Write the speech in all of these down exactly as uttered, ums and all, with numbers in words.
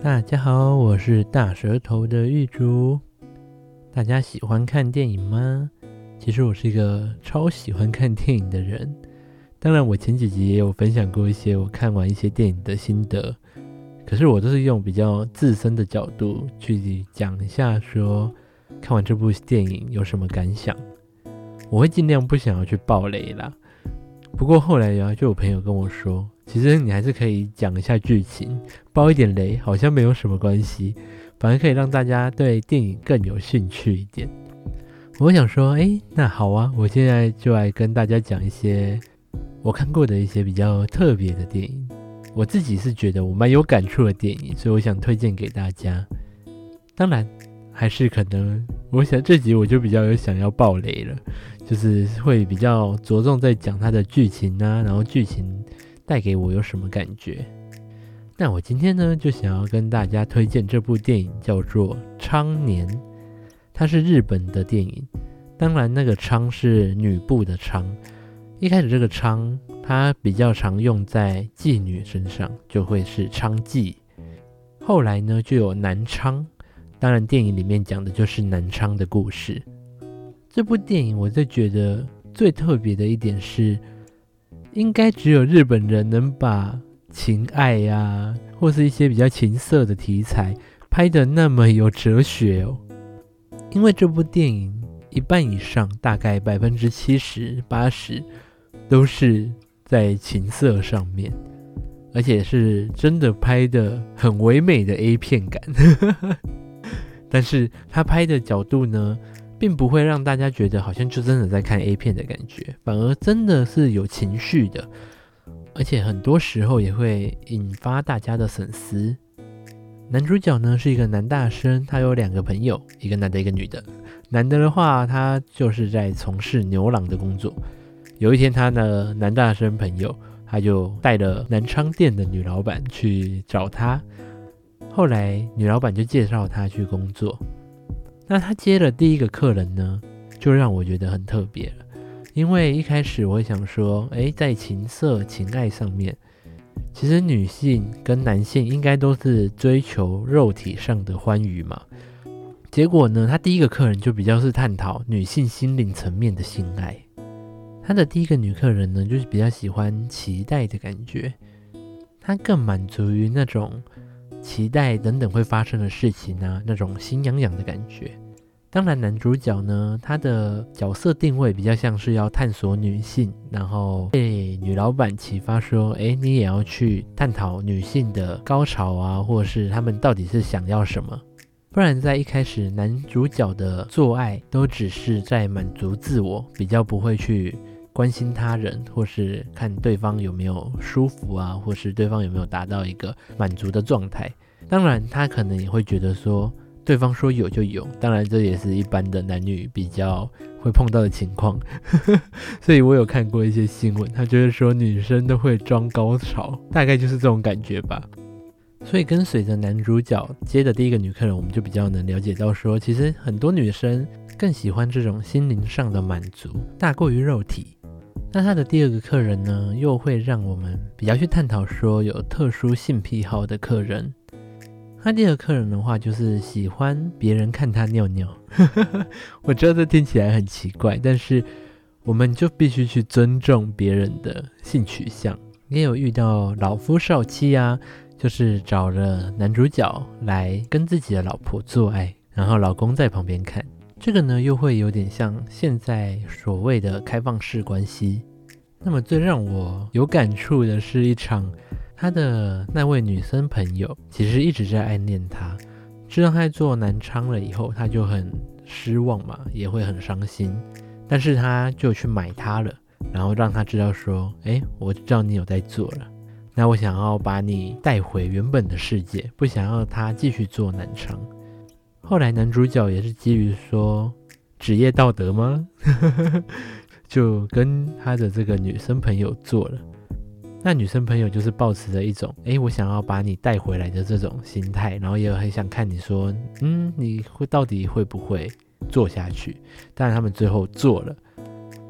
大家好，我是大舌头的玉竹。大家喜欢看电影吗？其实我是一个超喜欢看电影的人。当然我前几集也有分享过一些我看完一些电影的心得，可是我都是用比较自身的角度去讲一下说看完这部电影有什么感想。我会尽量不想要去爆雷啦，不过后来啊，就有朋友跟我说，其实你还是可以讲一下剧情，爆一点雷好像没有什么关系，反而可以让大家对电影更有兴趣一点。我想说，诶，那好啊，我现在就来跟大家讲一些我看过的一些比较特别的电影，我自己是觉得我蛮有感触的电影，所以我想推荐给大家。当然还是可能我想这集我就比较有想要爆雷了，就是会比较着重在讲它的剧情啊，然后剧情带给我有什么感觉。那我今天呢就想要跟大家推荐这部电影，叫做《昌年》，它是日本的电影。当然那个昌是女部的昌，一开始这个昌它比较常用在妓女身上，就会是娼妓。后来呢就有南昌，当然电影里面讲的就是南昌的故事。这部电影我就觉得最特别的一点是，应该只有日本人能把情爱啊，或是一些比较情色的题材拍得那么有哲学哦。因为这部电影一半以上，大概百分之七十、八十都是在情色上面，而且是真的拍得很唯美的 A 片感。但是他拍的角度呢，并不会让大家觉得好像就真的在看 A 片的感觉，反而真的是有情绪的，而且很多时候也会引发大家的省思。男主角呢是一个男大生，他有两个朋友，一个男的一个女的。男的的话，他就是在从事牛郎的工作。有一天他的男大生朋友，他就带了南昌店的女老板去找他，后来女老板就介绍他去工作。那他接了第一个客人呢，就让我觉得很特别了。因为一开始我会想说，诶，在情色情爱上面，其实女性跟男性应该都是追求肉体上的欢愉嘛。结果呢，他第一个客人就比较是探讨女性心灵层面的性爱。他的第一个女客人呢，就是比较喜欢期待的感觉，她更满足于那种期待等等会发生的事情啊，那种心痒痒的感觉。当然男主角呢，他的角色定位比较像是要探索女性，然后被女老板启发说，诶，你也要去探讨女性的高潮啊，或者是他们到底是想要什么。不然在一开始男主角的做爱都只是在满足自我，比较不会去关心他人，或是看对方有没有舒服啊，或是对方有没有达到一个满足的状态。当然他可能也会觉得说对方说有就有，当然这也是一般的男女比较会碰到的情况。所以我有看过一些新闻，他就是说女生都会装高潮，大概就是这种感觉吧。所以跟随着男主角接的第一个女客人，我们就比较能了解到说，其实很多女生更喜欢这种心灵上的满足大过于肉体。那他的第二个客人呢，又会让我们比较去探讨说有特殊性癖好的客人。他第二个客人的话，就是喜欢别人看他尿尿。我知道这听起来很奇怪，但是我们就必须去尊重别人的性取向。也有遇到老夫少妻啊，就是找了男主角来跟自己的老婆做爱，然后老公在旁边看。这个呢又会有点像现在所谓的开放式关系。那么最让我有感触的是一场他的那位女生朋友其实一直在暗恋他，知道他在做男娼了以后，他就很失望嘛，也会很伤心，但是他就去买他了，然后让他知道说，诶，我知道你有在做了，那我想要把你带回原本的世界，不想要他继续做男娼。后来男主角也是基于说职业道德吗就跟他的这个女生朋友做了。那女生朋友就是抱持着一种诶我想要把你带回来的这种心态，然后也很想看你说嗯你会到底会不会做下去。当然他们最后做了，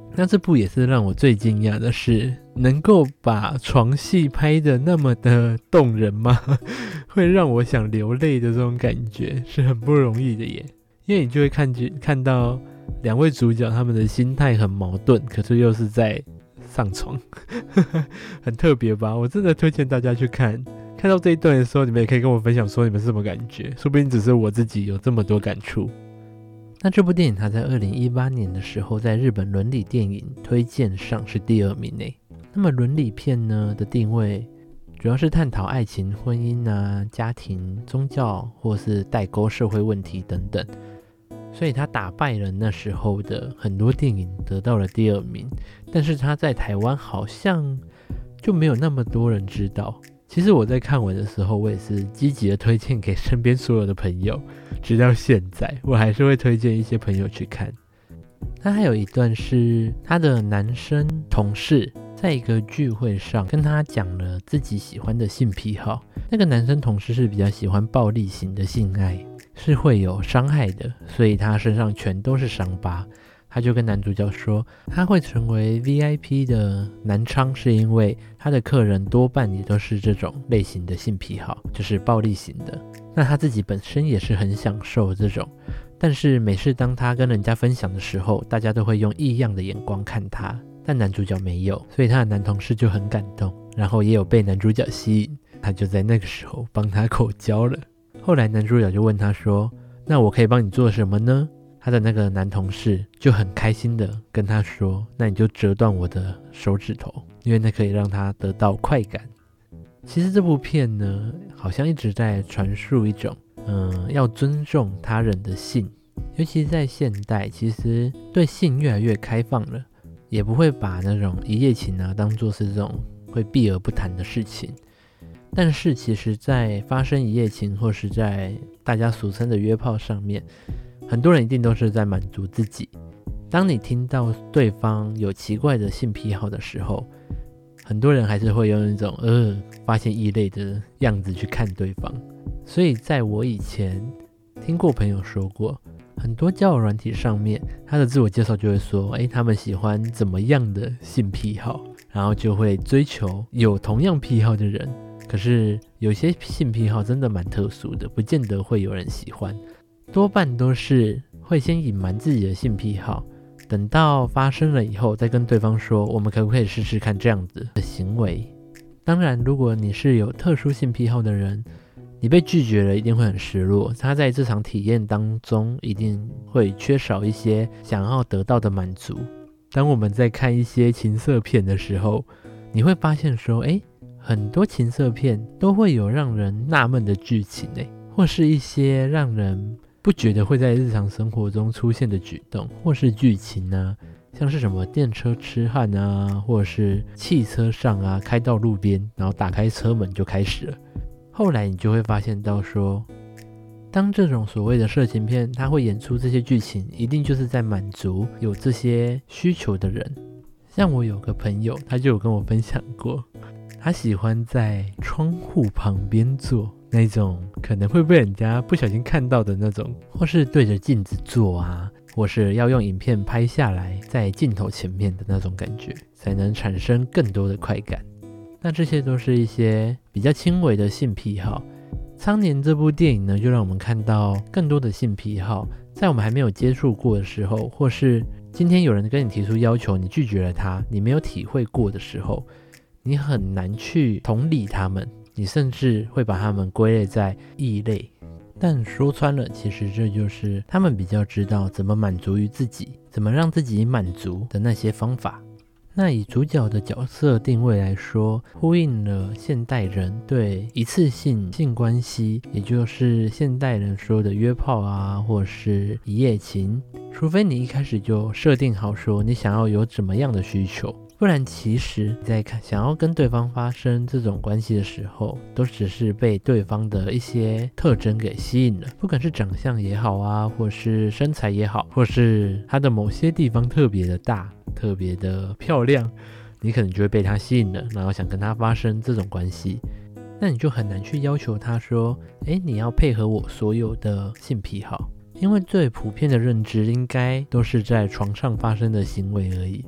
那这部也是让我最惊讶的是，能够把床戏拍得那么的动人吗？会让我想流泪的这种感觉是很不容易的耶。因为你就会看看到两位主角他们的心态很矛盾，可是又是在上床很特别吧。我真的推荐大家去看。看到这一段的时候，你们也可以跟我分享说你们是什么感觉，说不定只是我自己有这么多感触。那这部电影它在二零一八年的时候在日本伦理电影推荐上是第二名耶。那么伦理片呢的定位主要是探讨爱情、婚姻啊、家庭、宗教或是代沟社会问题等等，所以他打败了那时候的很多电影，得到了第二名。但是他在台湾好像就没有那么多人知道。其实我在看完的时候，我也是积极的推荐给身边所有的朋友，直到现在我还是会推荐一些朋友去看。他还有一段是他的男生同事在一个聚会上跟他讲了自己喜欢的性癖好。那个男生同事是比较喜欢暴力型的性爱，是会有伤害的，所以他身上全都是伤疤。他就跟男主角说，他会成为 V I P 的男娼是因为他的客人多半也都是这种类型的性癖好，就是暴力型的。那他自己本身也是很享受这种，但是每次当他跟人家分享的时候，大家都会用异样的眼光看他，但男主角没有，所以他的男同事就很感动，然后也有被男主角吸引，他就在那个时候帮他口交了。后来男主角就问他说，那我可以帮你做什么呢？他的那个男同事就很开心的跟他说，那你就折断我的手指头，因为那可以让他得到快感。其实这部片呢，好像一直在传述一种嗯，要尊重他人的性，尤其在现代，其实对性越来越开放了，也不会把那种一夜情啊当作是这种会避而不谈的事情。但是其实在发生一夜情或是在大家俗称的约炮上面，很多人一定都是在满足自己。当你听到对方有奇怪的性癖好的时候，很多人还是会用一种呃发现异类的样子去看对方。所以在我以前听过朋友说过，很多交友软体上面他的自我介绍就会说，诶，他们喜欢怎么样的性癖好，然后就会追求有同样癖好的人。可是有些性癖好真的蛮特殊的，不见得会有人喜欢，多半都是会先隐瞒自己的性癖好，等到发生了以后再跟对方说，我们可不可以试试看这样子的行为。当然如果你是有特殊性癖好的人，你被拒绝了一定会很失落，他在这场体验当中一定会缺少一些想要得到的满足。当我们在看一些情色片的时候，你会发现说，诶，很多情色片都会有让人纳闷的剧情，诶，或是一些让人不觉得会在日常生活中出现的举动或是剧情啊，像是什么电车痴汉啊，或者是汽车上啊开到路边，然后打开车门就开始了。后来你就会发现到说，当这种所谓的色情片它会演出这些剧情，一定就是在满足有这些需求的人。像我有个朋友，他就有跟我分享过，他喜欢在窗户旁边坐，那种可能会被人家不小心看到的那种，或是对着镜子做啊，或是要用影片拍下来在镜头前面的那种感觉，才能产生更多的快感。那这些都是一些比较轻微的性癖好。苍年这部电影呢，就让我们看到更多的性癖好，在我们还没有接触过的时候，或是今天有人跟你提出要求，你拒绝了他，你没有体会过的时候，你很难去同理他们，你甚至会把他们归类在异类。但说穿了，其实这就是他们比较知道怎么满足于自己，怎么让自己满足的那些方法。那以主角的角色定位来说，呼应了现代人对一次性性关系，也就是现代人说的约炮啊，或是一夜情，除非你一开始就设定好说你想要有怎么样的需求，不然其实在想要跟对方发生这种关系的时候，都只是被对方的一些特征给吸引了，不管是长相也好啊，或是身材也好，或是他的某些地方特别的大，特别的漂亮，你可能就会被他吸引了，然后想跟他发生这种关系。那你就很难去要求他说，诶，你要配合我所有的性癖好，因为最普遍的认知应该都是在床上发生的行为而已。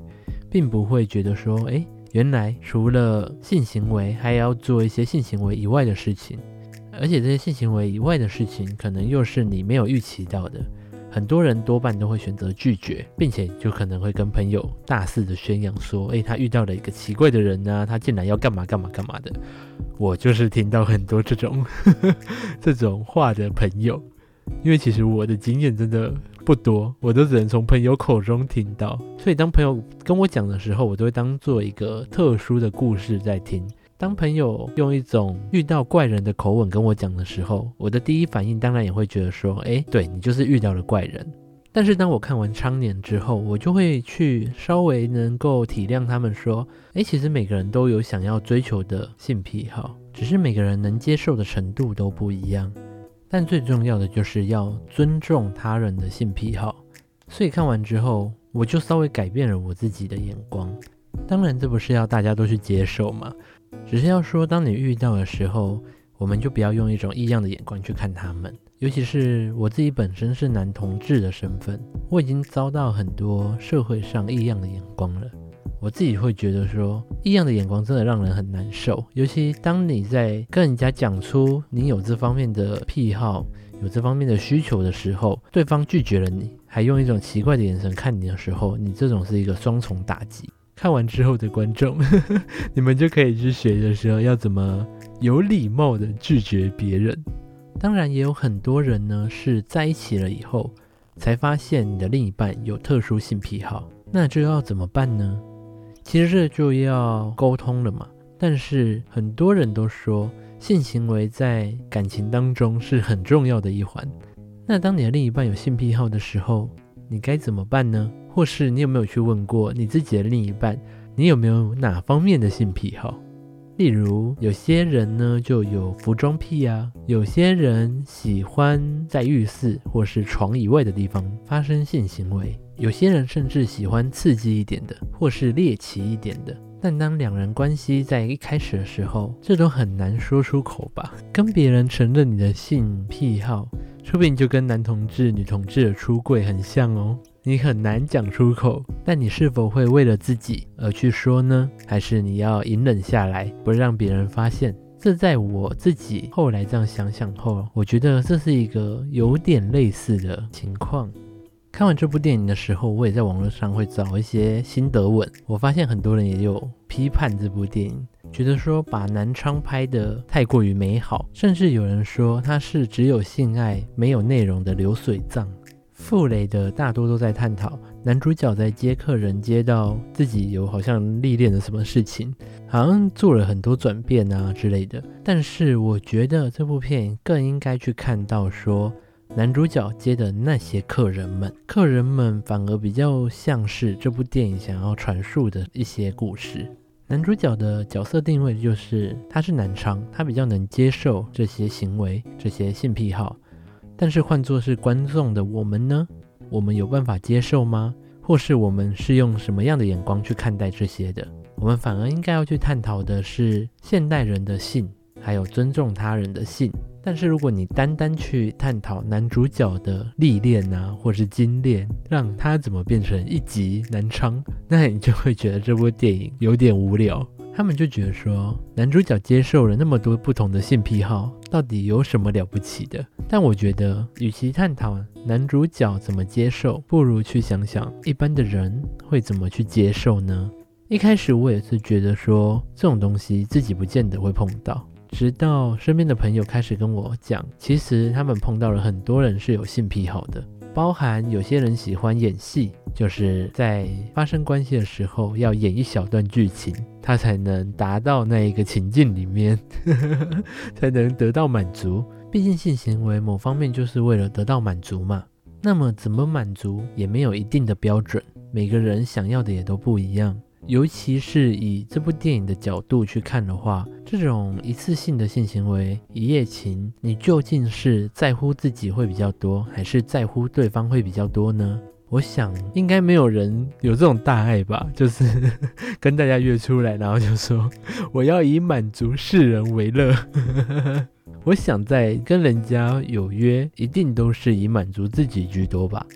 并不会觉得说，诶，原来除了性行为还要做一些性行为以外的事情，而且这些性行为以外的事情可能又是你没有预期到的。很多人多半都会选择拒绝，并且就可能会跟朋友大肆的宣扬说，诶，他遇到了一个奇怪的人啊，他竟然要干嘛干嘛干嘛的。我就是听到很多这种这种话的朋友，因为其实我的经验真的不多，我都只能从朋友口中听到，所以当朋友跟我讲的时候，我都会当做一个特殊的故事在听。当朋友用一种遇到怪人的口吻跟我讲的时候，我的第一反应当然也会觉得说，诶，对，你就是遇到了怪人。但是当我看完昌年之后，我就会去稍微能够体谅他们说，诶，其实每个人都有想要追求的性癖好，只是每个人能接受的程度都不一样。但最重要的就是要尊重他人的性癖好。所以看完之后，我就稍微改变了我自己的眼光。当然这不是要大家都去接受嘛，只是要说当你遇到的时候，我们就不要用一种异样的眼光去看他们。尤其是我自己本身是男同志的身份，我已经遭到很多社会上异样的眼光了。我自己会觉得说，异样的眼光真的让人很难受，尤其当你在跟人家讲出你有这方面的癖好，有这方面的需求的时候，对方拒绝了你，还用一种奇怪的眼神看你的时候，你这种是一个双重打击。看完之后的观众你们就可以去学的时候要怎么有礼貌的拒绝别人。当然也有很多人呢是在一起了以后才发现你的另一半有特殊性癖好，那这要怎么办呢？其实这就要沟通了嘛。但是很多人都说性行为在感情当中是很重要的一环，那当你的另一半有性癖好的时候，你该怎么办呢？或是你有没有去问过你自己的另一半，你有没有哪方面的性癖好？例如有些人呢就有服装癖啊，有些人喜欢在浴室或是床以外的地方发生性行为，有些人甚至喜欢刺激一点的或是猎奇一点的。但当两人关系在一开始的时候，这都很难说出口吧。跟别人承认你的性癖好，说不定就跟男同志女同志的出柜很像哦。你很难讲出口，但你是否会为了自己而去说呢？还是你要隐忍下来，不让别人发现？这在我自己后来这样想想后，我觉得这是一个有点类似的情况。看完这部电影的时候，我也在网络上会找一些心得文，我发现很多人也有批判这部电影，觉得说把南昌拍得太过于美好，甚至有人说它是只有性爱没有内容的流水账。傅雷的大多都在探讨男主角在接客人接到自己有好像历练了什么事情，好像做了很多转变啊之类的。但是我觉得这部片更应该去看到说男主角接的那些客人们，客人们反而比较像是这部电影想要传述的一些故事。男主角的角色定位就是他是男娼，他比较能接受这些行为，这些性癖好。但是换作是观众的我们呢？我们有办法接受吗？或是我们是用什么样的眼光去看待这些的？我们反而应该要去探讨的是现代人的性，还有尊重他人的性。但是如果你单单去探讨男主角的历练啊，或是经验，让他怎么变成一级男娼，那你就会觉得这部电影有点无聊。他们就觉得说男主角接受了那么多不同的性癖好，到底有什么了不起的？但我觉得与其探讨男主角怎么接受，不如去想想一般的人会怎么去接受呢？一开始我也是觉得说这种东西自己不见得会碰到，直到身边的朋友开始跟我讲，其实他们碰到了很多人是有性癖好的，包含有些人喜欢演戏，就是在发生关系的时候要演一小段剧情，他才能达到那一个情境里面才能得到满足。毕竟性行为某方面就是为了得到满足嘛，那么怎么满足也没有一定的标准，每个人想要的也都不一样。尤其是以这部电影的角度去看的话，这种一次性的性行为一夜情，你究竟是在乎自己会比较多，还是在乎对方会比较多呢？我想应该没有人有这种大爱吧，就是跟大家约出来，然后就说我要以满足世人为乐我想在跟人家有约，一定都是以满足自己居多吧。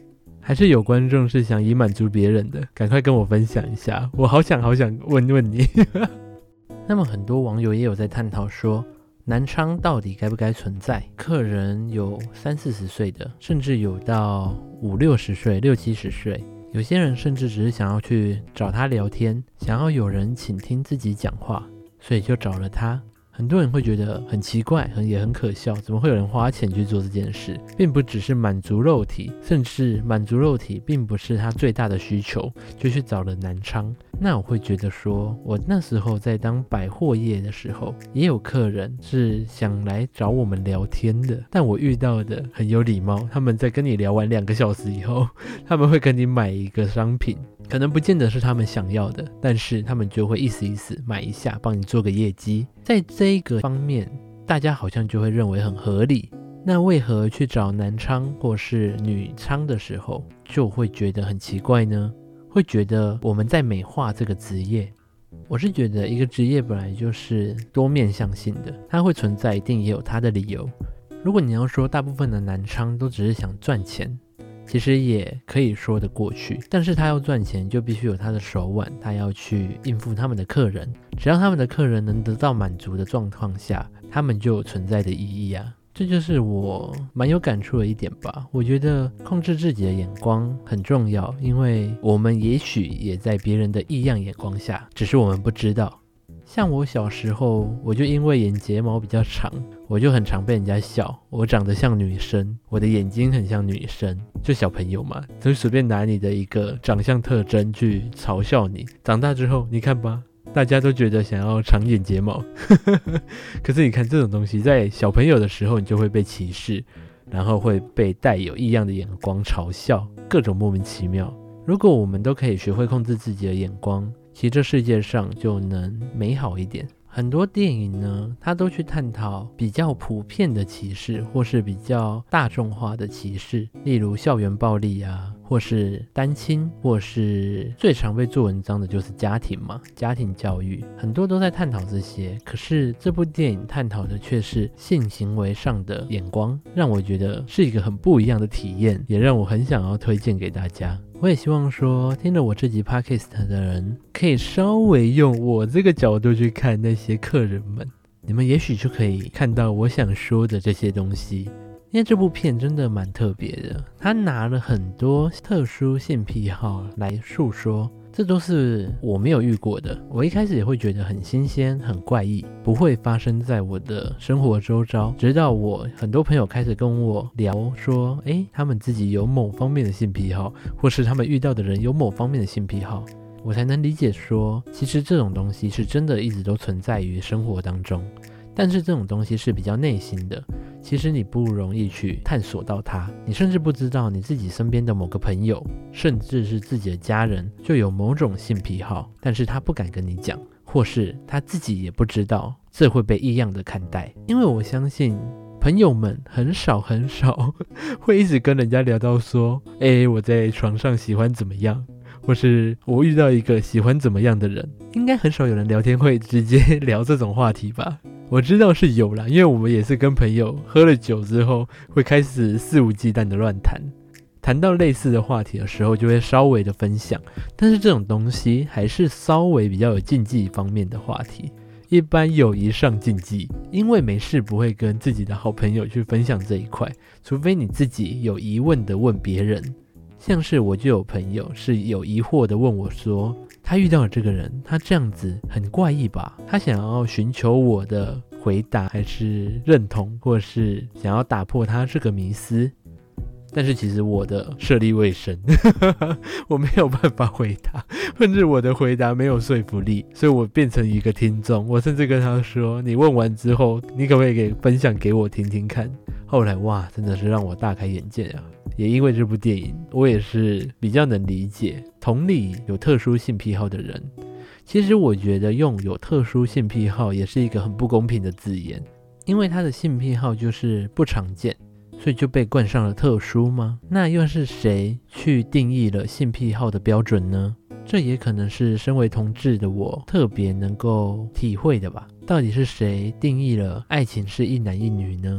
还是有观众是想以满足别人的？赶快跟我分享一下，我好想好想问问你。那么很多网友也有在探讨说，男娼到底该不该存在？客人有三四十岁的，甚至有到五六十岁、六七十岁。有些人甚至只是想要去找他聊天，想要有人倾听自己讲话，所以就找了他。很多人会觉得很奇怪，很也很可笑，怎么会有人花钱去做这件事？并不只是满足肉体，甚至满足肉体并不是他最大的需求，就去找了男娼。那我会觉得说，我那时候在当百货业的时候，也有客人是想来找我们聊天的，但我遇到的很有礼貌，他们在跟你聊完两个小时以后，他们会跟你买一个商品，可能不见得是他们想要的，但是他们就会意思意思买一下，帮你做个业绩。在这个方面，大家好像就会认为很合理。那为何去找男娼或是女娼的时候，就会觉得很奇怪呢？会觉得我们在美化这个职业。我是觉得一个职业本来就是多面向性的，它会存在一定也有它的理由。如果你要说大部分的男娼都只是想赚钱，其实也可以说得过去，但是他要赚钱就必须有他的手腕，他要去应付他们的客人，只要他们的客人能得到满足的状况下，他们就有存在的意义啊。这就是我蛮有感触的一点吧。我觉得控制自己的眼光很重要，因为我们也许也在别人的异样眼光下，只是我们不知道。像我小时候，我就因为眼睫毛比较长，我就很常被人家笑我长得像女生，我的眼睛很像女生，就小朋友嘛，就随便拿你的一个长相特征去嘲笑你。长大之后你看吧，大家都觉得想要长眼睫毛可是你看这种东西在小朋友的时候你就会被歧视，然后会被带有异样的眼光嘲笑，各种莫名其妙。如果我们都可以学会控制自己的眼光，其实这世界上就能美好一点。很多电影呢，它都去探讨比较普遍的歧视，或是比较大众化的歧视，例如校园暴力啊，或是单亲，或是最常被做文章的就是家庭嘛，家庭教育，很多都在探讨这些。可是这部电影探讨的却是性行为上的眼光，让我觉得是一个很不一样的体验，也让我很想要推荐给大家。我也希望说，听了我这集 podcast 的人，可以稍微用我这个角度去看那些客人们，你们也许就可以看到我想说的这些东西。因为这部片真的蛮特别的，他拿了很多特殊性癖好来诉说，这都是我没有遇过的。我一开始也会觉得很新鲜很怪异，不会发生在我的生活周遭，直到我很多朋友开始跟我聊说，诶，他们自己有某方面的性癖好，或是他们遇到的人有某方面的性癖好，我才能理解说，其实这种东西是真的一直都存在于生活当中，但是这种东西是比较内心的，其实你不容易去探索到它，你甚至不知道你自己身边的某个朋友，甚至是自己的家人就有某种性癖好，但是他不敢跟你讲，或是他自己也不知道，这会被异样的看待。因为我相信朋友们很少很少会一直跟人家聊到说，诶，我在床上喜欢怎么样，或是我遇到一个喜欢怎么样的人，应该很少有人聊天会直接聊这种话题吧。我知道是有啦，因为我们也是跟朋友喝了酒之后会开始肆无忌惮的乱谈，谈到类似的话题的时候就会稍微的分享，但是这种东西还是稍微比较有禁忌方面的话题，一般友谊上禁忌，因为没事不会跟自己的好朋友去分享这一块，除非你自己有疑问的问别人。像是我就有朋友是有疑惑的问我说，他遇到的这个人，他这样子很怪异吧？他想要寻求我的回答，还是认同，或是想要打破他这个迷思？但是其实我的涉猎未深我没有办法回答，甚至我的回答没有说服力，所以我变成一个听众。我甚至跟他说，你问完之后你可不可以给分享给我听听看。后来哇，真的是让我大开眼界啊！也因为这部电影，我也是比较能理解同理有特殊性癖好的人。其实我觉得用有特殊性癖好也是一个很不公平的字眼，因为他的性癖好就是不常见，所以就被冠上了特殊吗？那又是谁去定义了性癖好的标准呢？这也可能是身为同志的我特别能够体会的吧。到底是谁定义了爱情是一男一女呢？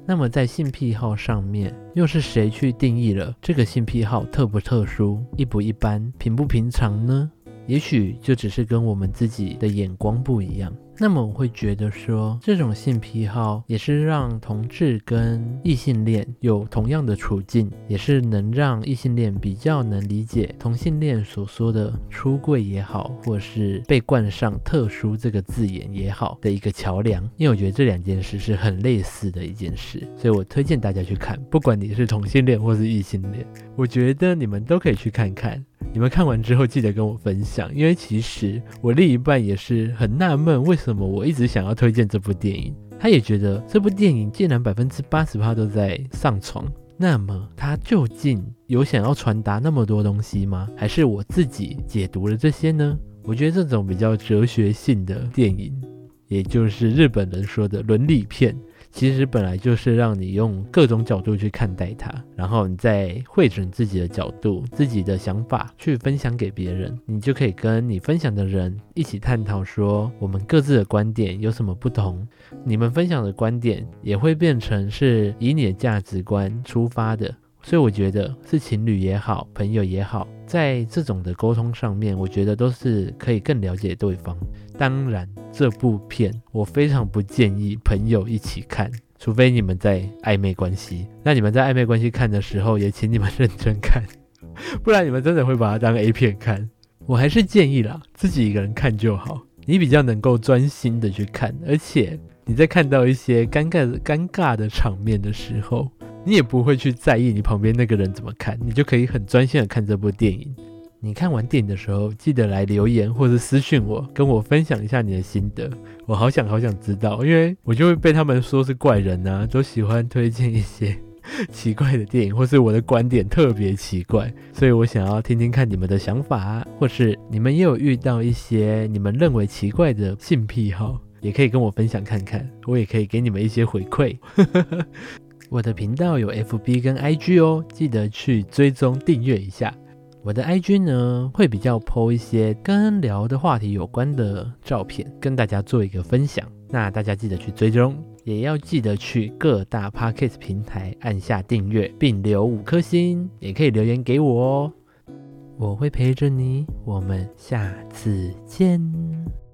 那么在性癖好上面，又是谁去定义了这个性癖好特不特殊、一不一般、平不平常呢？也许就只是跟我们自己的眼光不一样。那么我会觉得说，这种性癖好也是让同志跟异性恋有同样的处境，也是能让异性恋比较能理解同性恋所说的出柜也好，或是被冠上特殊这个字眼也好的一个桥梁。因为我觉得这两件事是很类似的一件事，所以我推荐大家去看，不管你是同性恋或是异性恋，我觉得你们都可以去看看。你们看完之后记得跟我分享，因为其实我另一半也是很纳闷，为什么我一直想要推荐这部电影，他也觉得这部电影竟然 百分之八十 都在上床，那么他究竟有想要传达那么多东西吗？还是我自己解读了这些呢？我觉得这种比较哲学性的电影，也就是日本人说的伦理片，其实本来就是让你用各种角度去看待它，然后你再汇整自己的角度、自己的想法去分享给别人，你就可以跟你分享的人一起探讨说我们各自的观点有什么不同，你们分享的观点也会变成是以你的价值观出发的。所以我觉得是情侣也好，朋友也好，在这种的沟通上面，我觉得都是可以更了解对方。当然这部片我非常不建议朋友一起看，除非你们在暧昧关系，那你们在暧昧关系看的时候也请你们认真看，不然你们真的会把它当 A 片看。我还是建议啦，自己一个人看就好，你比较能够专心的去看，而且你在看到一些尴尬的尴尬的场面的时候，你也不会去在意你旁边那个人怎么看，你就可以很专心的看这部电影。你看完电影的时候记得来留言或者私讯我，跟我分享一下你的心得，我好想好想知道，因为我就会被他们说是怪人啊，都喜欢推荐一些奇怪的电影，或是我的观点特别奇怪，所以我想要听听看你们的想法，或是你们也有遇到一些你们认为奇怪的性癖好，也可以跟我分享看看，我也可以给你们一些回馈。我的频道有 F B 跟 I G 哦，记得去追踪订阅一下。我的 I G 呢，会比较 po 一些跟聊的话题有关的照片，跟大家做一个分享。那大家记得去追踪，也要记得去各大 Podcast 平台按下订阅，并留五颗星，也可以留言给我哦。我会陪着你，我们下次见。